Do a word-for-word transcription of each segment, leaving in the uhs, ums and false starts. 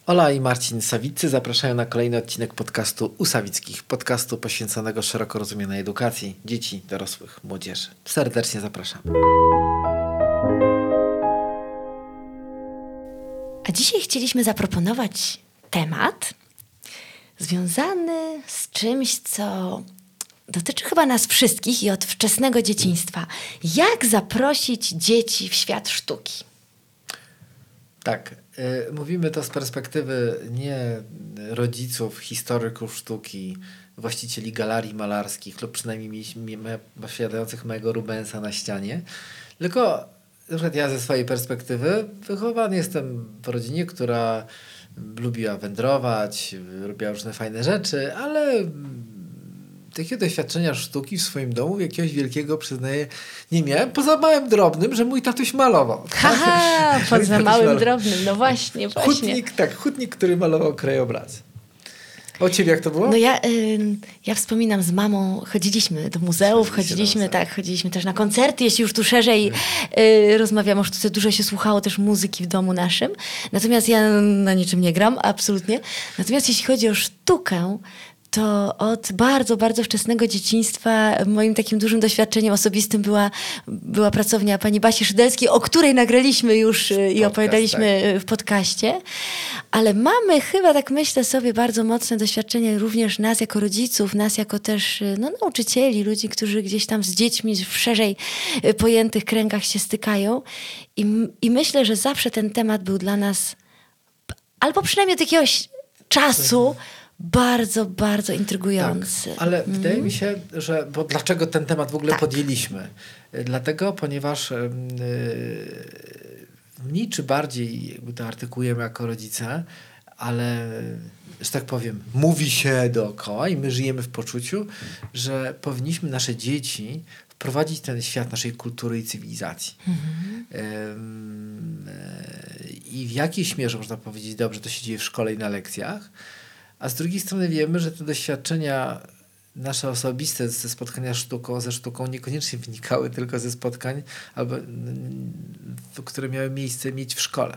Ola i Marcin Sawiccy zapraszają na kolejny odcinek podcastu U Sawickich, podcastu poświęconego szeroko rozumianej edukacji dzieci, dorosłych, młodzieży. Serdecznie zapraszam. A dzisiaj chcieliśmy zaproponować temat związany z czymś, co dotyczy chyba nas wszystkich i od wczesnego dzieciństwa. Jak zaprosić dzieci w świat sztuki? Tak, y, mówimy to z perspektywy nie rodziców, historyków sztuki, właścicieli galerii malarskich lub przynajmniej posiadających mojego Rubensa na ścianie, tylko na przykład ja ze swojej perspektywy wychowany jestem w rodzinie, która lubiła wędrować, robiła różne fajne rzeczy, ale takiego doświadczenia sztuki w swoim domu jakiegoś wielkiego, przyznaję, nie miałem. Poza małym drobnym, że mój tatuś malował. Haha, poza małym malował. drobnym, no właśnie, właśnie. Hutnik, tak, hutnik, który malował krajobraz. A u ciebie jak to było? No ja, y, ja wspominam z mamą, chodziliśmy do muzeów, chodziliśmy, tak, chodziliśmy też na koncerty, jeśli już tu szerzej y, rozmawiamy o sztuce, dużo się słuchało też muzyki w domu naszym. Natomiast ja na niczym nie gram, absolutnie. Natomiast jeśli chodzi o sztukę, to od bardzo, bardzo wczesnego dzieciństwa moim takim dużym doświadczeniem osobistym była, była pracownia pani Basi Szydelskiej, o której nagraliśmy już Podcast, i opowiadaliśmy tak. w podcaście. Ale mamy chyba, tak myślę sobie, bardzo mocne doświadczenie również nas jako rodziców, nas jako też no, nauczycieli, ludzi, którzy gdzieś tam z dziećmi w szerzej pojętych kręgach się stykają. I, i myślę, że zawsze ten temat był dla nas, albo przynajmniej od jakiegoś czasu, bardzo, bardzo intrygujący. Tak, ale mm. wydaje mi się, że... Bo dlaczego ten temat w ogóle tak. podjęliśmy? Dlatego, ponieważ yy, mniej czy bardziej jakby to artykułujemy jako rodzice, ale, że tak powiem, mówi się dookoła i my żyjemy w poczuciu, że powinniśmy nasze dzieci wprowadzić w ten świat naszej kultury i cywilizacji. Mm. Yy, I w jakiejś mierze można powiedzieć, dobrze, to się dzieje w szkole i na lekcjach, a z drugiej strony wiemy, że te doświadczenia nasze osobiste ze spotkania sztuką, ze sztuką niekoniecznie wynikały tylko ze spotkań, albo, które miały miejsce mieć w szkole.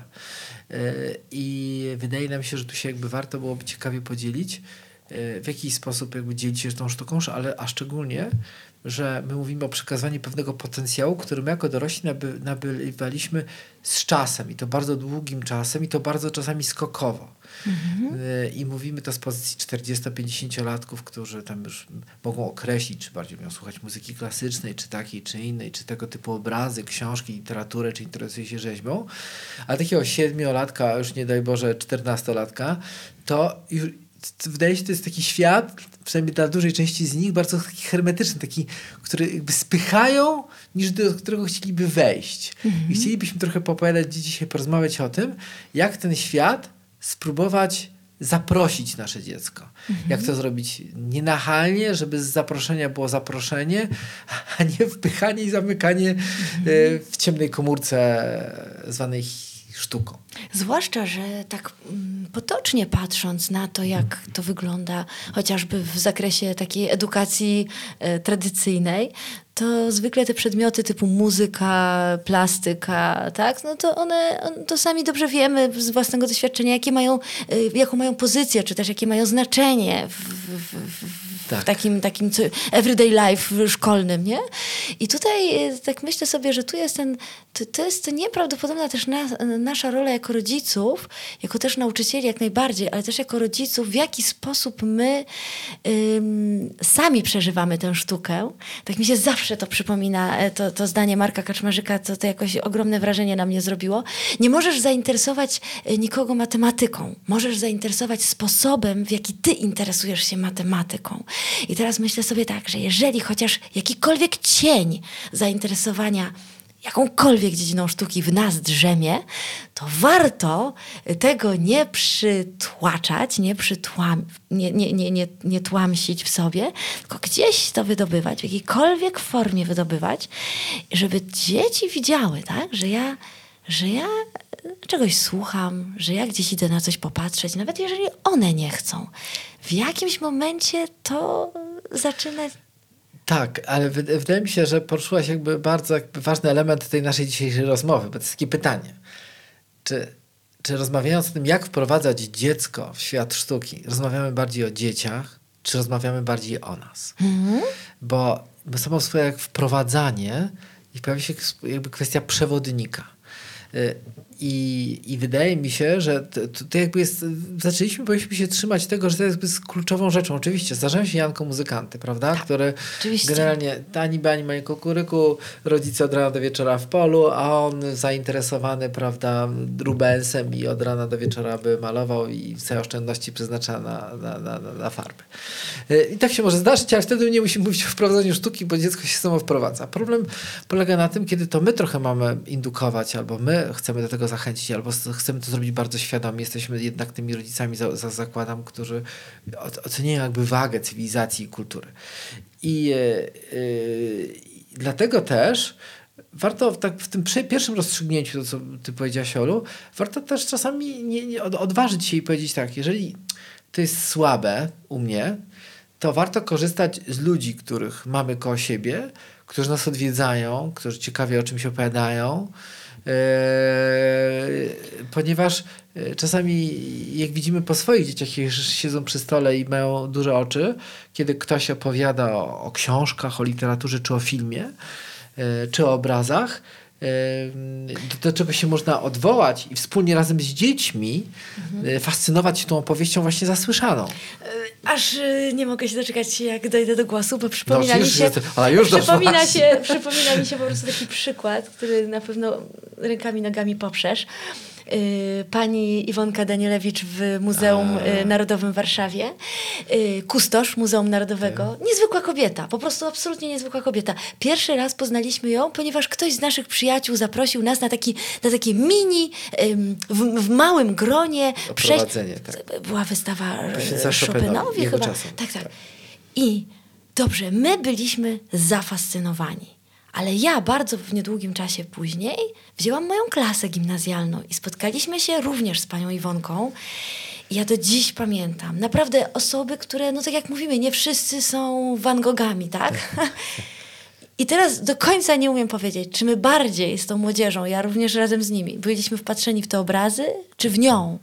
I wydaje nam się, że tu się jakby warto byłoby ciekawie podzielić, w jaki sposób jakby dzielić się tą sztuką, ale a szczególnie, że my mówimy o przekazywaniu pewnego potencjału, który my jako dorośli naby, nabywaliśmy z czasem i to bardzo długim czasem i to bardzo czasami skokowo. Mhm. I mówimy to z pozycji czterdziesto-pięćdziesięciolatków, którzy tam już mogą określić, czy bardziej lubią słuchać muzyki klasycznej, czy takiej, czy innej, czy tego typu obrazy, książki, literaturę, czy interesuje się rzeźbą. A takiego siedmiolatka, już nie daj Boże czternastolatka, to już wydaje się, że to jest taki świat, przynajmniej dla dużej części z nich, bardzo taki hermetyczny, taki, który jakby spychają, niż do którego chcieliby wejść. Mhm. I chcielibyśmy trochę opowiadać dzisiaj, porozmawiać o tym, jak ten świat spróbować zaprosić nasze dziecko. Mhm. Jak to zrobić nienachalnie, żeby z zaproszenia było zaproszenie, a nie wpychanie i zamykanie mhm. w ciemnej komórce zwanej sztuką. Zwłaszcza, że tak potocznie patrząc na to, jak to wygląda chociażby w zakresie takiej edukacji e, tradycyjnej, to zwykle te przedmioty typu muzyka, plastyka, tak, no to one, to sami dobrze wiemy z własnego doświadczenia, jakie mają, y, jaką mają pozycję, czy też jakie mają znaczenie w, w, w, tak. w takim, takim everyday life szkolnym, nie? I tutaj y, tak myślę sobie, że tu jest ten, to, to jest nieprawdopodobna też na, nasza rola jako rodziców, jako też nauczycieli jak najbardziej, ale też jako rodziców, w jaki sposób my ym, sami przeżywamy tę sztukę. Tak mi się zawsze to przypomina, to, to zdanie Marka Kaczmarzyka, to, to jakoś ogromne wrażenie na mnie zrobiło. Nie możesz zainteresować nikogo matematyką. Możesz zainteresować sposobem, w jaki ty interesujesz się matematyką. I teraz myślę sobie tak, że jeżeli chociaż jakikolwiek cień zainteresowania jakąkolwiek dziedziną sztuki w nas drzemie, to warto tego nie przytłaczać, nie, przytłam, nie, nie, nie, nie, nie tłamsić w sobie, tylko gdzieś to wydobywać, w jakiejkolwiek formie wydobywać, żeby dzieci widziały, tak, że ja, że ja czegoś słucham, że ja gdzieś idę na coś popatrzeć, nawet jeżeli one nie chcą. W jakimś momencie to zaczyna... Tak, ale wydaje mi się, że poruszyłaś jakby bardzo jakby ważny element tej naszej dzisiejszej rozmowy, bo to jest takie pytanie. Czy czy rozmawiając o tym, jak wprowadzać dziecko w świat sztuki, rozmawiamy bardziej o dzieciach, czy rozmawiamy bardziej o nas? Mhm. Bo, bo samo swoje jak wprowadzanie i pojawia się jakby kwestia przewodnika. I, I wydaje mi się, że to, to jakby jest, zaczęliśmy, powinniśmy się trzymać tego, że to jest, jest kluczową rzeczą. Oczywiście zdarzają się Janko muzykanty, prawda? Tak, które oczywiście. generalnie ani bani mają kukuryku, rodzice od rana do wieczora w polu, a on zainteresowany, prawda, Rubensem i od rana do wieczora by malował i całe oszczędności przeznacza na, na, na, na farby. I tak się może zdarzyć, ale wtedy nie musimy mówić o wprowadzaniu sztuki, bo dziecko się samo wprowadza. Problem polega na tym, kiedy to my trochę mamy indukować, albo my chcemy do tego zachęcić, albo chcemy to zrobić bardzo świadomie. Jesteśmy jednak tymi rodzicami, za, za zakładam, którzy oceniają jakby wagę cywilizacji i kultury. I yy, yy, dlatego też warto w, tak, w tym przy, pierwszym rozstrzygnięciu, to co ty powiedziałaś, Olu, warto też czasami nie, nie od, odważyć się i powiedzieć tak, jeżeli to jest słabe u mnie, to warto korzystać z ludzi, których mamy koło siebie, którzy nas odwiedzają, którzy ciekawie o czymś opowiadają, Yy, ponieważ czasami jak widzimy po swoich dzieciach, jak siedzą przy stole i mają duże oczy, kiedy ktoś opowiada o, o książkach, o literaturze, czy o filmie, yy, czy o obrazach, yy, do, do czego się można odwołać i wspólnie razem z dziećmi mhm. yy, fascynować się tą opowieścią właśnie zasłyszaną. Aż nie mogę się doczekać, jak dojdę do głosu, bo przypomina no, mi się, jest, a już przypomina, się przypomina mi się po prostu taki przykład, który na pewno rękami, nogami poprzesz. Pani Iwonka Danielewicz w Muzeum A. Narodowym w Warszawie. Kustosz Muzeum Narodowego. Niezwykła kobieta. Po prostu absolutnie niezwykła kobieta. Pierwszy raz poznaliśmy ją, ponieważ ktoś z naszych przyjaciół zaprosił nas na taki, na takie mini, w, w małym gronie. Oprowadzenie, tak. Była wystawa Chopinowi, Chopinowi chyba. Czasem. Tak, tak. I dobrze, my byliśmy zafascynowani. Ale ja bardzo w niedługim czasie później wzięłam moją klasę gimnazjalną i spotkaliśmy się również z panią Iwonką. I ja do dziś pamiętam. Naprawdę osoby, które, no tak jak mówimy, nie wszyscy są Van Gogami, tak? I teraz do końca nie umiem powiedzieć, czy my bardziej z tą młodzieżą, ja również razem z nimi, byliśmy wpatrzeni w te obrazy, czy w nią.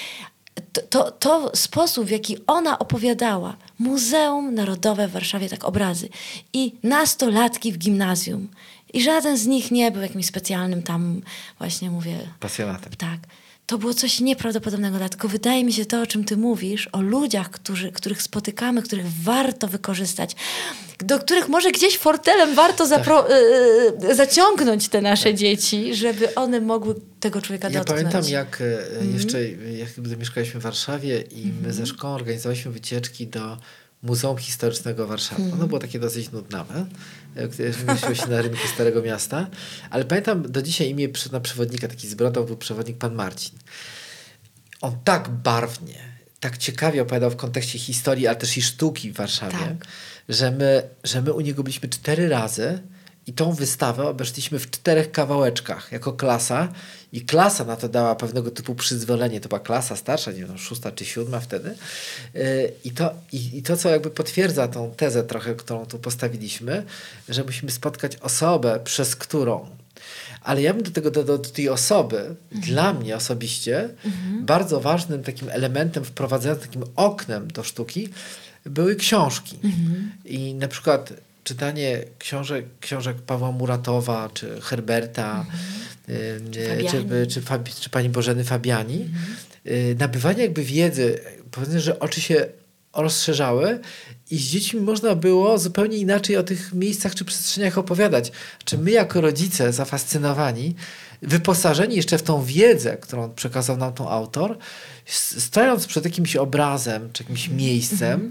To, to, to sposób, w jaki ona opowiadała, Muzeum Narodowe w Warszawie, tak obrazy, i nastolatki w gimnazjum. I żaden z nich nie był jakimś specjalnym tam, właśnie mówię... pasjonatem. Tak. To było coś nieprawdopodobnego. Dlatego wydaje mi się to, o czym ty mówisz, o ludziach, którzy, których spotykamy, których warto wykorzystać, do których może gdzieś fortelem warto zapro- tak. y- zaciągnąć te nasze tak. dzieci, żeby one mogły tego człowieka ja dotknąć. Ja pamiętam, jak mm. jeszcze, jak gdy mieszkaliśmy w Warszawie i mm. my ze szkołą organizowaliśmy wycieczki do Muzeum Historycznego Warszawy. Mm. Ono było takie dosyć nudnawe, które mieściło się na rynku Starego Miasta, ale pamiętam do dzisiaj imię na przewodnika, taki z brodą był przewodnik pan Marcin. On tak barwnie, tak ciekawie opowiadał w kontekście historii, ale też i sztuki w Warszawie, tak. że, my, że my u niego byliśmy cztery razy i tą wystawę obeszliśmy w czterech kawałeczkach jako klasa i klasa na to dała pewnego typu przyzwolenie. To była klasa starsza, nie wiem, szósta czy siódma wtedy. Yy, i, to, i, I to, co jakby potwierdza tą tezę trochę, którą tu postawiliśmy, że musimy spotkać osobę, przez którą. Ale ja bym do tego, do, do tej osoby, mhm. dla mnie osobiście, mhm. bardzo ważnym takim elementem wprowadzającym, takim oknem do sztuki były książki. Mhm. I na przykład czytanie książek, książek Pawła Muratowa, czy Herberta, mhm. y, czy, czy, Fabi, czy pani Bożeny Fabiani. Mhm. Y, nabywanie jakby wiedzy, powiedzmy, że oczy się rozszerzały i z dziećmi można było zupełnie inaczej o tych miejscach czy przestrzeniach opowiadać. Czy my jako rodzice zafascynowani, wyposażeni jeszcze w tą wiedzę, którą przekazał nam tą autor, stojąc przed jakimś obrazem czy jakimś miejscem,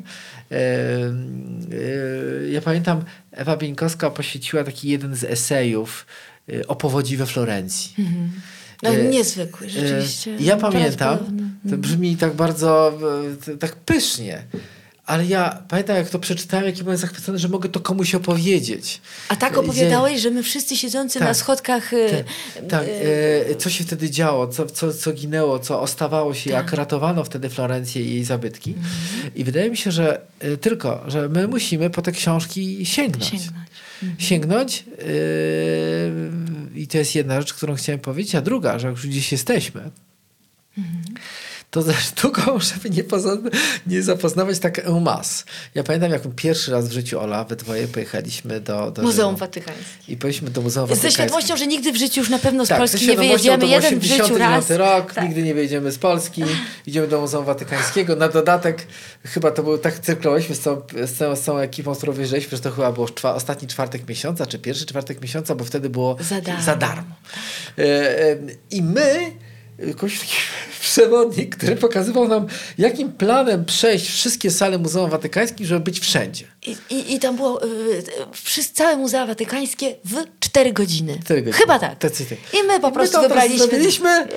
mm-hmm. yy, yy, ja pamiętam, Ewa Bieńkowska poświęciła taki jeden z esejów yy, o powodzi we Florencji. Mm-hmm. No yy, niezwykły, rzeczywiście. Yy, ja pamiętam, to brzmi tak bardzo, yy, tak pysznie, ale ja pamiętam, jak to przeczytałem, jaki byłem zachwycony, że mogę to komuś opowiedzieć. A tak opowiadałeś, Gdzie... że my wszyscy siedzący tak, na schodkach... Tak, tak. E, co się wtedy działo, co, co, co ginęło, co ostawało się, tak. jak ratowano wtedy Florencję i jej zabytki. Mhm. I wydaje mi się, że e, tylko, że my musimy po te książki sięgnąć. Sięgnąć. Mhm. Sięgnąć e, i to jest jedna rzecz, którą chciałem powiedzieć, a druga, że jak już gdzieś jesteśmy, Mhm. To ze sztuką, żeby nie, poza- nie zapoznawać tak en masse. Ja pamiętam, jak pierwszy raz w życiu, Ola, we dwoje pojechaliśmy do, do Muzeum Rzymu. Watykańskie. I pojechaliśmy do Muzeum Ze Watykańskiego. świadomością, że nigdy w życiu już na pewno z tak, Polski nie wyjedziemy. Jeden w życiu raz. rok, tak. Nigdy nie wyjedziemy z Polski. Idziemy do Muzeum Watykańskiego. Na dodatek chyba to było, tak cyrklowaliśmy z całą, z całą, z całą ekipą, z którą wyjeżdżaliśmy, że to chyba było czwa, ostatni czwartek miesiąca, czy pierwszy czwartek miesiąca, bo wtedy było za darmo. Za darmo. E, e, I my jakiś taki przewodnik, który pokazywał nam, jakim planem przejść wszystkie sale Muzeum Watykańskim, żeby być wszędzie. I, i, i tam było y, y, całe Muzea Watykańskie w cztery godziny. cztery godziny. Chyba tak. Tacy, tak. I my po I prostu my to wybraliśmy... zrobiliśmy,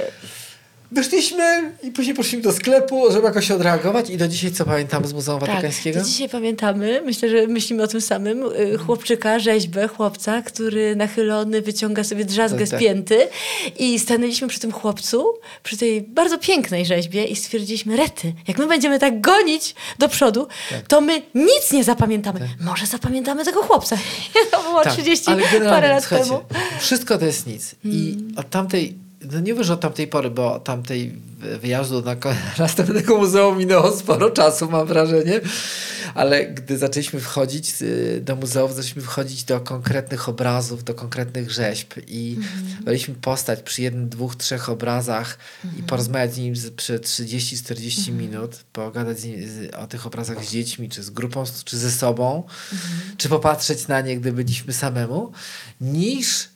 wyszliśmy i później poszliśmy do sklepu, żeby jakoś odreagować i do dzisiaj co pamiętamy z Muzeum Watykańskiego? Tak, do dzisiaj pamiętamy, myślę, że myślimy o tym samym, y, chłopczyka, rzeźbę chłopca, który nachylony wyciąga sobie drzazgę tak, z tak. pięty i stanęliśmy przy tym chłopcu, przy tej bardzo pięknej rzeźbie i stwierdziliśmy, rety, jak my będziemy tak gonić do przodu, tak. to my nic nie zapamiętamy. Tak. Może zapamiętamy tego chłopca. To było tak, trzydzieści parę lat temu. Wszystko to jest nic. I Hmm. od tamtej No nie mówię, od tamtej pory, bo od tamtej wyjazdu na następnego muzeum minęło sporo czasu, mam wrażenie. Ale gdy zaczęliśmy wchodzić do muzeów, zaczęliśmy wchodzić do konkretnych obrazów, do konkretnych rzeźb i mm-hmm. mieliśmy postać przy jednym, dwóch, trzech obrazach mm-hmm. i porozmawiać z nim z, przez trzydzieści czterdzieści mm-hmm. minut, pogadać z nim, z, o tych obrazach z dziećmi, czy z grupą, czy ze sobą, mm-hmm. czy popatrzeć na nie, gdy byliśmy samemu, niż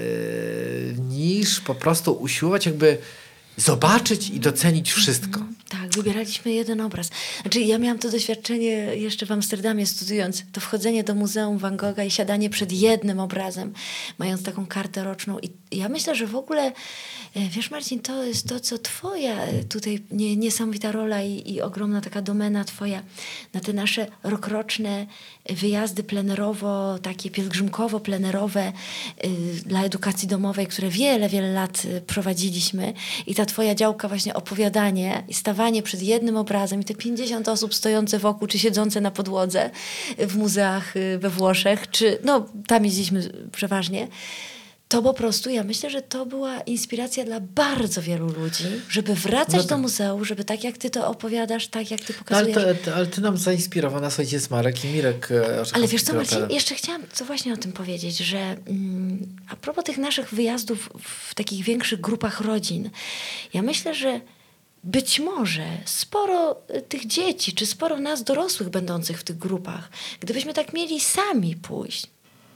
Yy, niż po prostu usiłować jakby zobaczyć i docenić wszystko. Mm, tak, wybieraliśmy jeden obraz. Znaczy ja miałam to doświadczenie jeszcze w Amsterdamie studiując, to wchodzenie do Muzeum Van Gogha i siadanie przed jednym obrazem, mając taką kartę roczną i ja myślę, że w ogóle wiesz Marcin, to jest to, co twoja tutaj nie, niesamowita rola i, i ogromna taka domena twoja na te nasze rokroczne wyjazdy plenerowo, takie pielgrzymkowo-plenerowe y, dla edukacji domowej, które wiele, wiele lat y, prowadziliśmy i ta twoja działka właśnie opowiadanie i stawanie przed jednym obrazem i te pięćdziesiąt osób stojące wokół, czy siedzące na podłodze w muzeach y, we Włoszech, czy no tam jeździliśmy przeważnie. To po prostu, ja myślę, że to była inspiracja dla bardzo wielu ludzi, żeby wracać no to... do muzeum, żeby tak jak ty to opowiadasz, tak jak ty pokazujesz. No, ale, to, ale ty nam zainspirował nas ojciec Marek i Mirek. Ale wiesz co, Marcin, jeszcze chciałam co właśnie o tym powiedzieć, że mm, a propos tych naszych wyjazdów w takich większych grupach rodzin, ja myślę, że być może sporo tych dzieci, czy sporo nas dorosłych będących w tych grupach, gdybyśmy tak mieli sami pójść,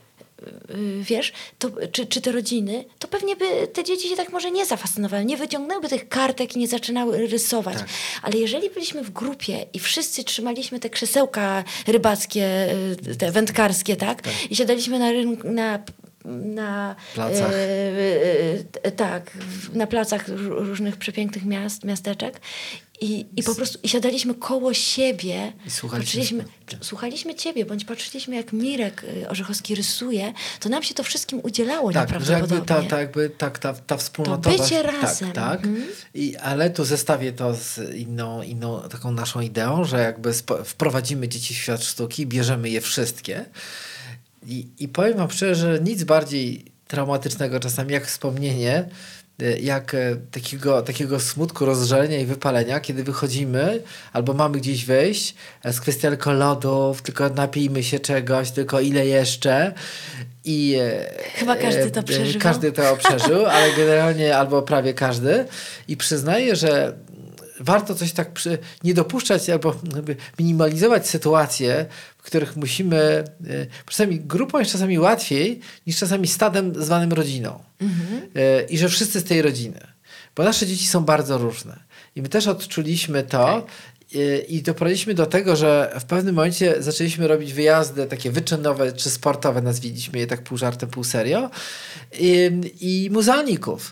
wiesz, to, czy, czy te rodziny, to pewnie by te dzieci się tak może nie zafascynowały, nie wyciągnęłyby tych kartek i nie zaczynały rysować. Tak. Ale jeżeli byliśmy w grupie i wszyscy trzymaliśmy te krzesełka rybackie, te wędkarskie, tak? tak. I siadaliśmy na rynku, na na placach. E, e, tak, na placach różnych przepięknych miast, miasteczek i, i po prostu i siadaliśmy koło siebie i słuchaliśmy, patrzyliśmy, słuchaliśmy ciebie, bądź patrzyliśmy jak Mirek Orzechowski rysuje, to nam się to wszystkim udzielało tak, nieprawdopodobnie. Że jakby ta, ta, jakby, tak, ta, ta wspólnotowa. To bycie razem. Tak, tak. Mhm. I, ale tu zestawię to z inną, inną taką naszą ideą, że jakby spo, wprowadzimy dzieci w świat sztuki, bierzemy je wszystkie. I, I powiem wam szczerze, że nic bardziej traumatycznego czasami jak wspomnienie, jak takiego, takiego smutku, rozżalenia i wypalenia, kiedy wychodzimy albo mamy gdzieś wejść, jest kwestia tylko lodów, tylko napijmy się czegoś, tylko ile jeszcze. I chyba każdy to przeżył. Każdy to przeżył, ale generalnie albo prawie każdy. I przyznaję, że warto coś tak przy, nie dopuszczać albo minimalizować sytuacje, w których musimy, czasami grupą jest czasami łatwiej niż czasami stadem zwanym rodziną. Mhm. I że wszyscy z tej rodziny. Bo nasze dzieci są bardzo różne. I my też odczuliśmy to tak. I doprowadziliśmy do tego, że w pewnym momencie zaczęliśmy robić wyjazdy takie wyczynowe czy sportowe, nazwiliśmy je tak pół żartem, pół serio, i, i muzealników.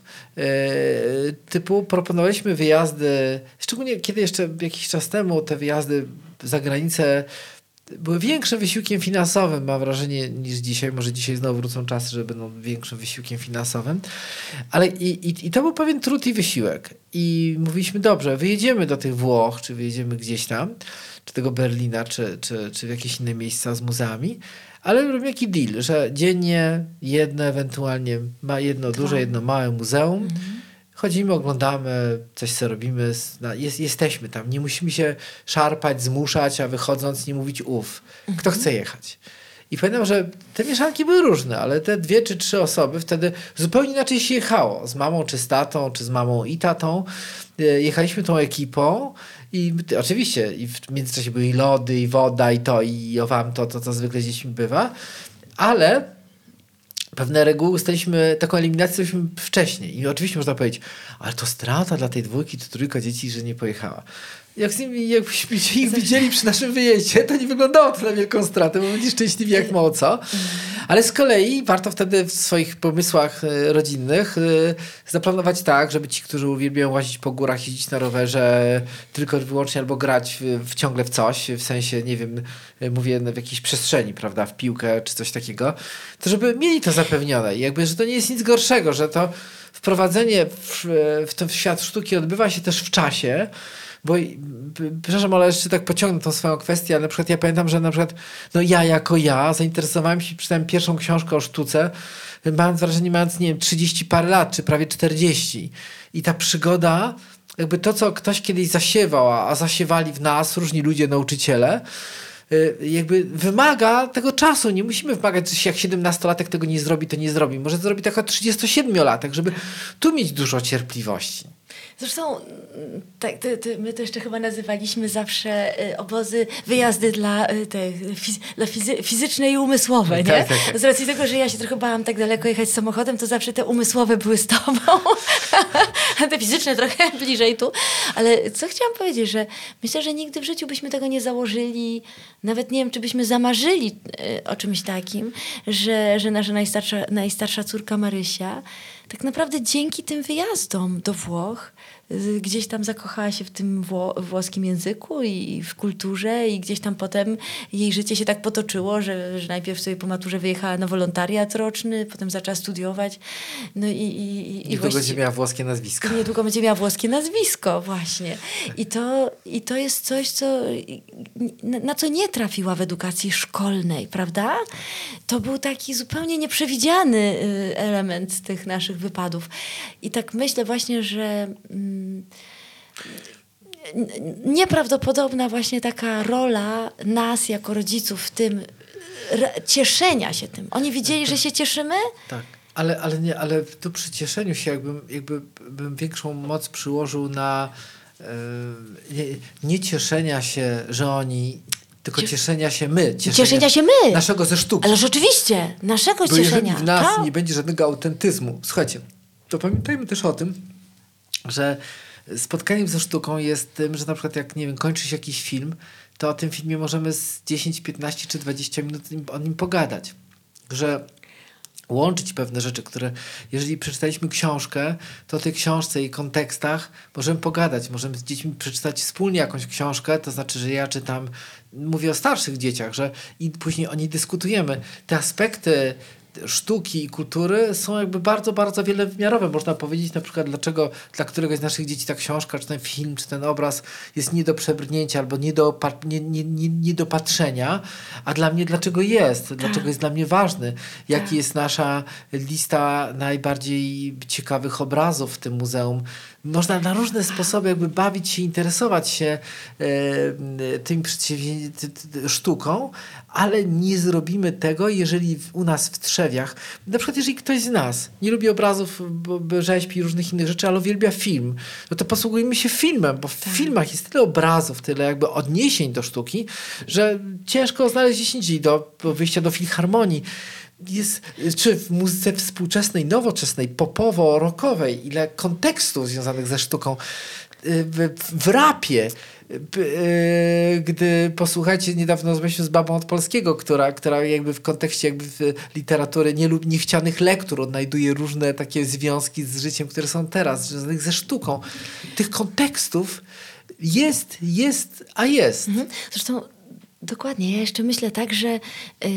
Typu proponowaliśmy wyjazdy, szczególnie kiedy jeszcze jakiś czas temu te wyjazdy za granicę były większym wysiłkiem finansowym, mam wrażenie, niż dzisiaj. Może dzisiaj znowu wrócą czasy, że będą większym wysiłkiem finansowym. Ale i, i, i to był pewien trud i wysiłek. I mówiliśmy, dobrze, wyjedziemy do tych Włoch, czy wyjedziemy gdzieś tam, czy tego Berlina, czy, czy, czy w jakieś inne miejsca z muzeami, ale robimy jaki deal, że dziennie jedno, ewentualnie ma jedno duże, jedno małe muzeum. Mhm. chodzimy, oglądamy, coś co robimy, jest, jesteśmy tam. Nie musimy się szarpać, zmuszać, a wychodząc nie mówić uf. Kto chce jechać? I pamiętam, że te mieszanki były różne, ale te dwie czy trzy osoby wtedy zupełnie inaczej się jechało. Z mamą czy z tatą, czy z mamą i tatą. Jechaliśmy tą ekipą i oczywiście i w międzyczasie były i lody, i woda, i to, i owam to, to, co zwykle z dziećmi bywa. Ale pewne reguły ustaliliśmy, taką eliminację zrobiliśmy wcześniej. I oczywiście można powiedzieć, ale to strata dla tej dwójki, czy trójka dzieci, że nie pojechała. Jak z nimi, jakbyśmy ich widzieli przy naszym wyjeździe, to nie wyglądało to na wielką stratę, bo byli szczęśliwi jak mało co. Ale z kolei warto wtedy w swoich pomysłach rodzinnych zaplanować tak, żeby ci, którzy uwielbiają łazić po górach, jeździć na rowerze tylko wyłącznie albo grać w, w ciągle w coś, w sensie, nie wiem, mówię w jakiejś przestrzeni, prawda, w piłkę czy coś takiego, to żeby mieli to zapewnione. I jakby, że to nie jest nic gorszego, że to wprowadzenie w, w ten świat sztuki odbywa się też w czasie. Bo, przepraszam, ale jeszcze tak pociągnę tą swoją kwestię, ale na przykład ja pamiętam, że na przykład no ja jako ja zainteresowałem się, czytałem pierwszą książkę o sztuce, mając wrażenie, mając, nie wiem, trzydzieści parę lat, czy prawie czterdzieści. I ta przygoda, jakby to, co ktoś kiedyś zasiewał, a, a zasiewali w nas różni ludzie, nauczyciele, jakby wymaga tego czasu. Nie musimy wymagać, że jak siedemnastolatek tego nie zrobi, to nie zrobi. Może zrobi tylko trzydziestosiedmiolatek, żeby tu mieć dużo cierpliwości. Zresztą tak, to, to my to jeszcze chyba nazywaliśmy zawsze y, obozy, wyjazdy dla, y, te, fiz, dla fizy, fizyczne i umysłowe, nie? Tak, tak, tak. Z racji tego, że ja się trochę bałam tak daleko jechać samochodem, to zawsze te umysłowe były z tobą, a te fizyczne trochę bliżej tu. Ale co chciałam powiedzieć, że myślę, że nigdy w życiu byśmy tego nie założyli, nawet nie wiem, czy byśmy zamarzyli y, o czymś takim, że, że nasza najstarsza, najstarsza córka Marysia tak naprawdę dzięki tym wyjazdom do Włoch gdzieś tam zakochała się w tym wło- włoskim języku i w kulturze i gdzieś tam potem jej życie się tak potoczyło, że, że najpierw sobie po maturze wyjechała na wolontariat roczny, potem zaczęła studiować. No i, i, i, niedługo właściwie... będzie miała włoskie nazwisko. I niedługo będzie miała włoskie nazwisko, właśnie. I to, i to jest coś, co, na, na co nie trafiła w edukacji szkolnej, prawda? To był taki zupełnie nieprzewidziany element tych naszych wypadów. I tak myślę właśnie, że nieprawdopodobna właśnie taka rola nas jako rodziców w tym cieszenia się tym. Oni widzieli, że się cieszymy? Tak, ale, ale, nie, ale tu przy cieszeniu się jakbym, jakby bym większą moc przyłożył na yy, nie, nie cieszenia się, że oni... Tylko cieszenia się my. Cieszenia, cieszenia się my. Naszego ze sztuki. Ale rzeczywiście, naszego Bo cieszenia. Bo jeżeli w nas to... nie będzie żadnego autentyzmu. Słuchajcie, to pamiętajmy też o tym, że spotkaniem ze sztuką jest tym, że na przykład jak, nie wiem, kończy się jakiś film, to o tym filmie możemy z dziesięć, piętnaście czy dwadzieścia minut o nim pogadać. Że łączyć pewne rzeczy, które jeżeli przeczytaliśmy książkę, to o tej książce i kontekstach możemy pogadać. Możemy z dziećmi przeczytać wspólnie jakąś książkę, to znaczy, że ja czytam, mówię o starszych dzieciach, że i później o niej dyskutujemy. Te aspekty sztuki i kultury są jakby bardzo, bardzo wielowymiarowe. Można powiedzieć na przykład, dlaczego dla któregoś z naszych dzieci ta książka, czy ten film, czy ten obraz jest nie do przebrnięcia albo nie do, nie, nie, nie, nie do patrzenia, a dla mnie dlaczego jest, dlaczego tak. jest dla mnie ważny, jaki tak. jest nasza lista najbardziej ciekawych obrazów w tym muzeum. Można na różne sposoby jakby bawić się, interesować się e, tym sztuką, ale nie zrobimy tego, jeżeli u nas w Trzewiach, na przykład jeżeli ktoś z nas nie lubi obrazów, rzeźb i różnych innych rzeczy, ale uwielbia film, no to posługujmy się filmem, bo w tak. filmach jest tyle obrazów, tyle jakby odniesień do sztuki, że ciężko znaleźć gdzieś indziej do, do wyjścia do filharmonii. Jest, czy w muzyce współczesnej, nowoczesnej, popowo-rockowej, ile kontekstów związanych ze sztuką, w, w rapie, gdy posłuchajcie, niedawno rozmawialiśmy z babą od polskiego, która, która jakby w kontekście jakby w literatury nie lub niechcianych lektur odnajduje różne takie związki z życiem, które są teraz, związanych ze sztuką. Tych kontekstów jest, jest, a jest. Mhm. Zresztą Dokładnie. Ja jeszcze myślę tak, że y, y,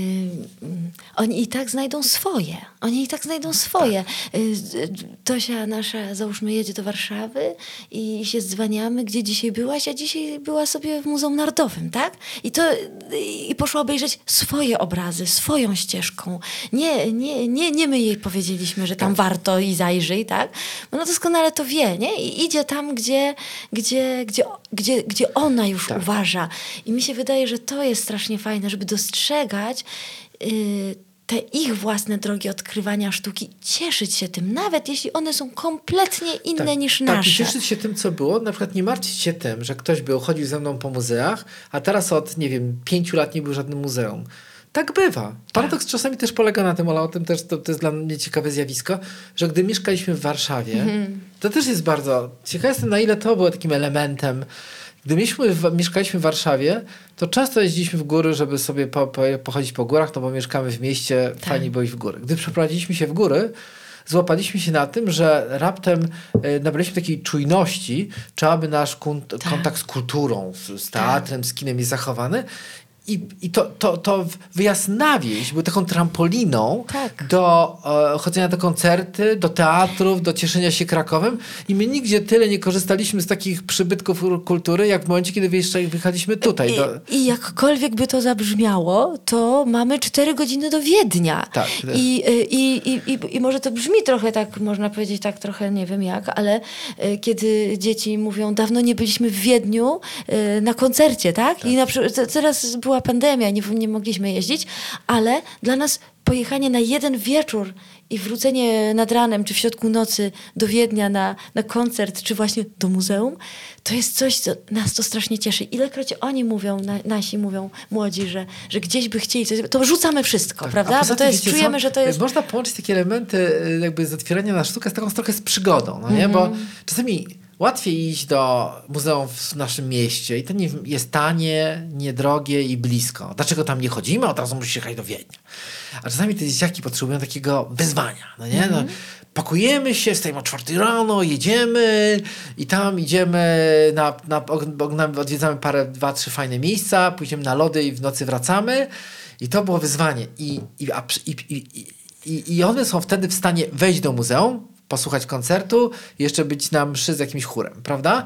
oni i tak znajdą swoje. Oni i tak znajdą swoje. Y, y, Tosia nasza, załóżmy, jedzie do Warszawy i się dzwaniamy, gdzie dzisiaj byłaś, a dzisiaj była sobie w Muzeum Narodowym, tak? I to y, i poszła obejrzeć swoje obrazy, swoją ścieżką. Nie, nie, nie, nie my jej powiedzieliśmy, że tam warto i zajrzyj, tak? Bo ona doskonale to wie, nie? I idzie tam, gdzie, gdzie, gdzie, gdzie, gdzie ona już tak. uważa. I mi się wydaje, że to jest strasznie fajne, żeby dostrzegać yy, te ich własne drogi odkrywania sztuki, cieszyć się tym, nawet jeśli one są kompletnie inne tak, niż tak, nasze. Tak, cieszyć się tym, co było. Na przykład nie martwić się tym, że ktoś był, chodził ze mną po muzeach, a teraz od, nie wiem, pięciu lat nie był w żadnym muzeum. Tak bywa. Paradoks tak. czasami też polega na tym, ale o tym też to, to jest dla mnie ciekawe zjawisko, że gdy mieszkaliśmy w Warszawie, mm-hmm. to też jest bardzo... Ciekaw jestem, na ile to było takim elementem. Gdy mieliśmy w, mieszkaliśmy w Warszawie, to często jeździliśmy w góry, żeby sobie po, po, pochodzić po górach, no bo mieszkamy w mieście, tak. fajnie było iść w góry. Gdy przeprowadziliśmy się w góry, złapaliśmy się na tym, że raptem e, nabraliśmy takiej czujności, czy aby nasz kunt, tak. kontakt z kulturą, z, z teatrem, tak. z kinem jest zachowany. I, i to, to, to wyjazd na wieś był taką trampoliną tak. do e, chodzenia do koncerty, do teatrów, do cieszenia się Krakowem i my nigdzie tyle nie korzystaliśmy z takich przybytków kultury, jak w momencie, kiedy wyjechaliśmy tutaj. I, do... I jakkolwiek by to zabrzmiało, to mamy cztery godziny do Wiednia. Tak. I, i, i, i, I może to brzmi trochę tak, można powiedzieć tak trochę, nie wiem jak, ale y, kiedy dzieci mówią, dawno nie byliśmy w Wiedniu y, na koncercie, tak? tak. I na przykład teraz była pandemia, nie, nie mogliśmy jeździć, ale dla nas pojechanie na jeden wieczór i wrócenie nad ranem, czy w środku nocy do Wiednia na, na koncert, czy właśnie do muzeum, to jest coś, co nas to strasznie cieszy. Ilekroć oni mówią, na, nasi mówią, młodzi, że, że gdzieś by chcieli, coś, to rzucamy wszystko, tak, prawda? Bo to jest, wiecie, czujemy, co? Że to jest... Można połączyć takie elementy jakby z otwierania na sztukę z taką trochę z przygodą, no nie? Mm-hmm. Bo czasami łatwiej iść do muzeum w naszym mieście i to nie jest tanie, niedrogie i blisko. Dlaczego tam nie chodzimy? Od razu musisz jechać do Wiednia. A czasami te dzieciaki potrzebują takiego wyzwania. No nie? Mm-hmm. No, pakujemy się, stajemy o czwartej rano, jedziemy i tam idziemy, na, na, odwiedzamy parę, dwa, trzy fajne miejsca, pójdziemy na lody i w nocy wracamy. I to było wyzwanie. I, i, a, i, i, i, i one są wtedy w stanie wejść do muzeum, posłuchać koncertu i jeszcze być na mszy z jakimś chórem, prawda?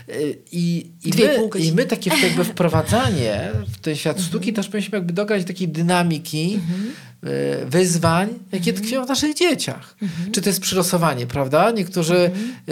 I, i, my, i my takie jakby wprowadzanie w ten świat sztuki też powinniśmy jakby dograć takiej dynamiki, wyzwań, jakie tkwią w naszych dzieciach. Czy to jest przyrosowanie, prawda? Niektórzy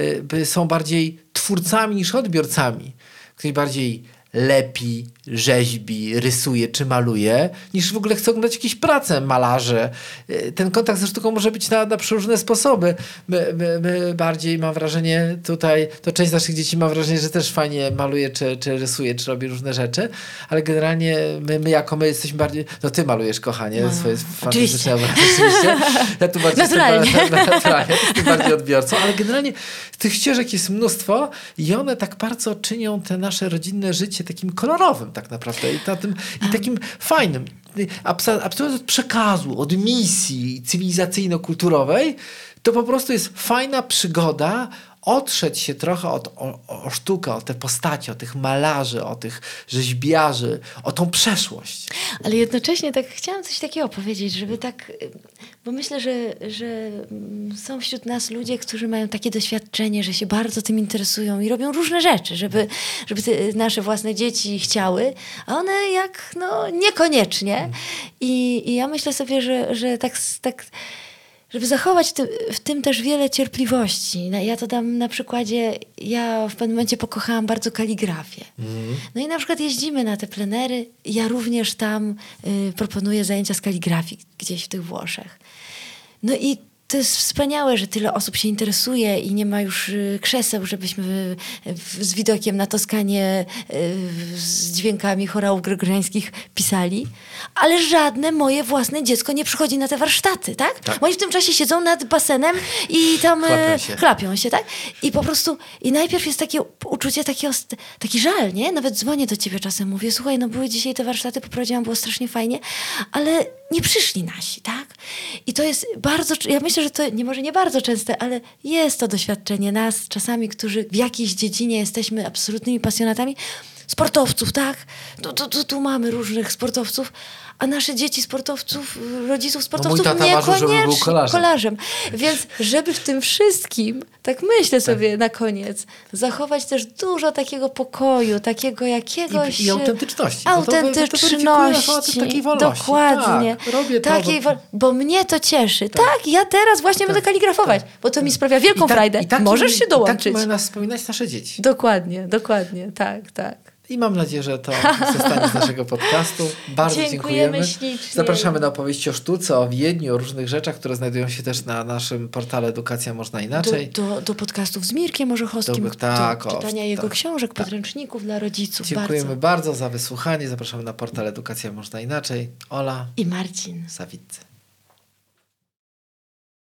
są bardziej twórcami niż odbiorcami. Ktoś bardziej lepi, rzeźbi, rysuje czy maluje, niż w ogóle chce oglądać jakieś prace malarzy. Ten kontakt ze sztuką może być na, na przeróżne sposoby. My, my, my bardziej, mam wrażenie, tutaj, to część naszych dzieci mam wrażenie, że też fajnie maluje, czy, czy rysuje, czy robi różne rzeczy, ale generalnie my, my jako my jesteśmy bardziej, no ty malujesz, kochanie, no, swoje fantastyczne obrazy, oczywiście. Ja tu bardziej naturalnie. Jestem, naturalnie, jestem bardziej odbiorcą, ale generalnie tych ścieżek jest mnóstwo i one tak bardzo czynią te nasze rodzinne życie takim kolorowym tak naprawdę i, ta, tym, i takim fajnym. Abstrahując od przekazu, od misji cywilizacyjno-kulturowej, to po prostu jest fajna przygoda otrzeć się trochę od, o, o sztukę, o te postacie, o tych malarzy, o tych rzeźbiarzy, o tą przeszłość. Ale jednocześnie tak chciałam coś takiego powiedzieć, żeby tak, bo myślę, że, że są wśród nas ludzie, którzy mają takie doświadczenie, że się bardzo tym interesują i robią różne rzeczy, żeby, żeby te nasze własne dzieci chciały, a one jak, no niekoniecznie. I, i ja myślę sobie, że, że tak, tak żeby zachować ty, w tym też wiele cierpliwości. Ja to dam na przykładzie, ja w pewnym momencie pokochałam bardzo kaligrafię. Mm. No i na przykład jeździmy na te plenery, ja również tam y, proponuję zajęcia z kaligrafii gdzieś w tych Włoszech. No i to jest wspaniałe, że tyle osób się interesuje i nie ma już y, krzeseł, żebyśmy y, y, z widokiem na Toskanię y, z dźwiękami chorałów gregoriańskich pisali, ale żadne moje własne dziecko nie przychodzi na te warsztaty, tak? tak. Oni w tym czasie siedzą nad basenem i tam chlapią się, chlapią się tak? I po prostu, i najpierw jest takie uczucie, takie, taki żal, nie? Nawet dzwonię do ciebie czasem, mówię, słuchaj, no były dzisiaj te warsztaty, poprowadziłam, było strasznie fajnie, ale nie przyszli nasi, tak? I to jest bardzo, ja myślę, że to nie może nie bardzo częste, ale jest to doświadczenie nas czasami, którzy w jakiejś dziedzinie jesteśmy absolutnymi pasjonatami, sportowców, tak? Tu, tu, tu, tu mamy różnych sportowców, a nasze dzieci sportowców, rodziców sportowców no mój tata marzył, żeby był kolarzem. kolarzem. Więc żeby w tym wszystkim, tak myślę sobie tak. na koniec, zachować też dużo takiego pokoju, takiego jakiegoś... I, i autentyczności. Autentyczności. No to, to takiej wolności. Dokładnie. Tak, robię to, takiej bo... wo- bo mnie to cieszy. Tak, tak ja teraz właśnie tak, będę kaligrafować, tak, bo to mi sprawia wielką I tak, frajdę. i taki, Możesz się dołączyć. I tak mają nas wspominać nasze dzieci. Dokładnie, dokładnie. Tak, tak. I mam nadzieję, że to zostanie z naszego podcastu. Bardzo dziękujemy. Dziękujemy ślicznie. Zapraszamy na opowieści o sztuce, o Wiedniu, o różnych rzeczach, które znajdują się też na naszym portale Edukacja Można Inaczej. Do, do, do podcastów z Mirkiem Orzechowskim, do, tak, do czytania o, jego tak, książek, tak. podręczników dla rodziców. Dziękujemy bardzo. bardzo za wysłuchanie. Zapraszamy na portal Edukacja Można Inaczej. Ola i Marcin Sawiccy.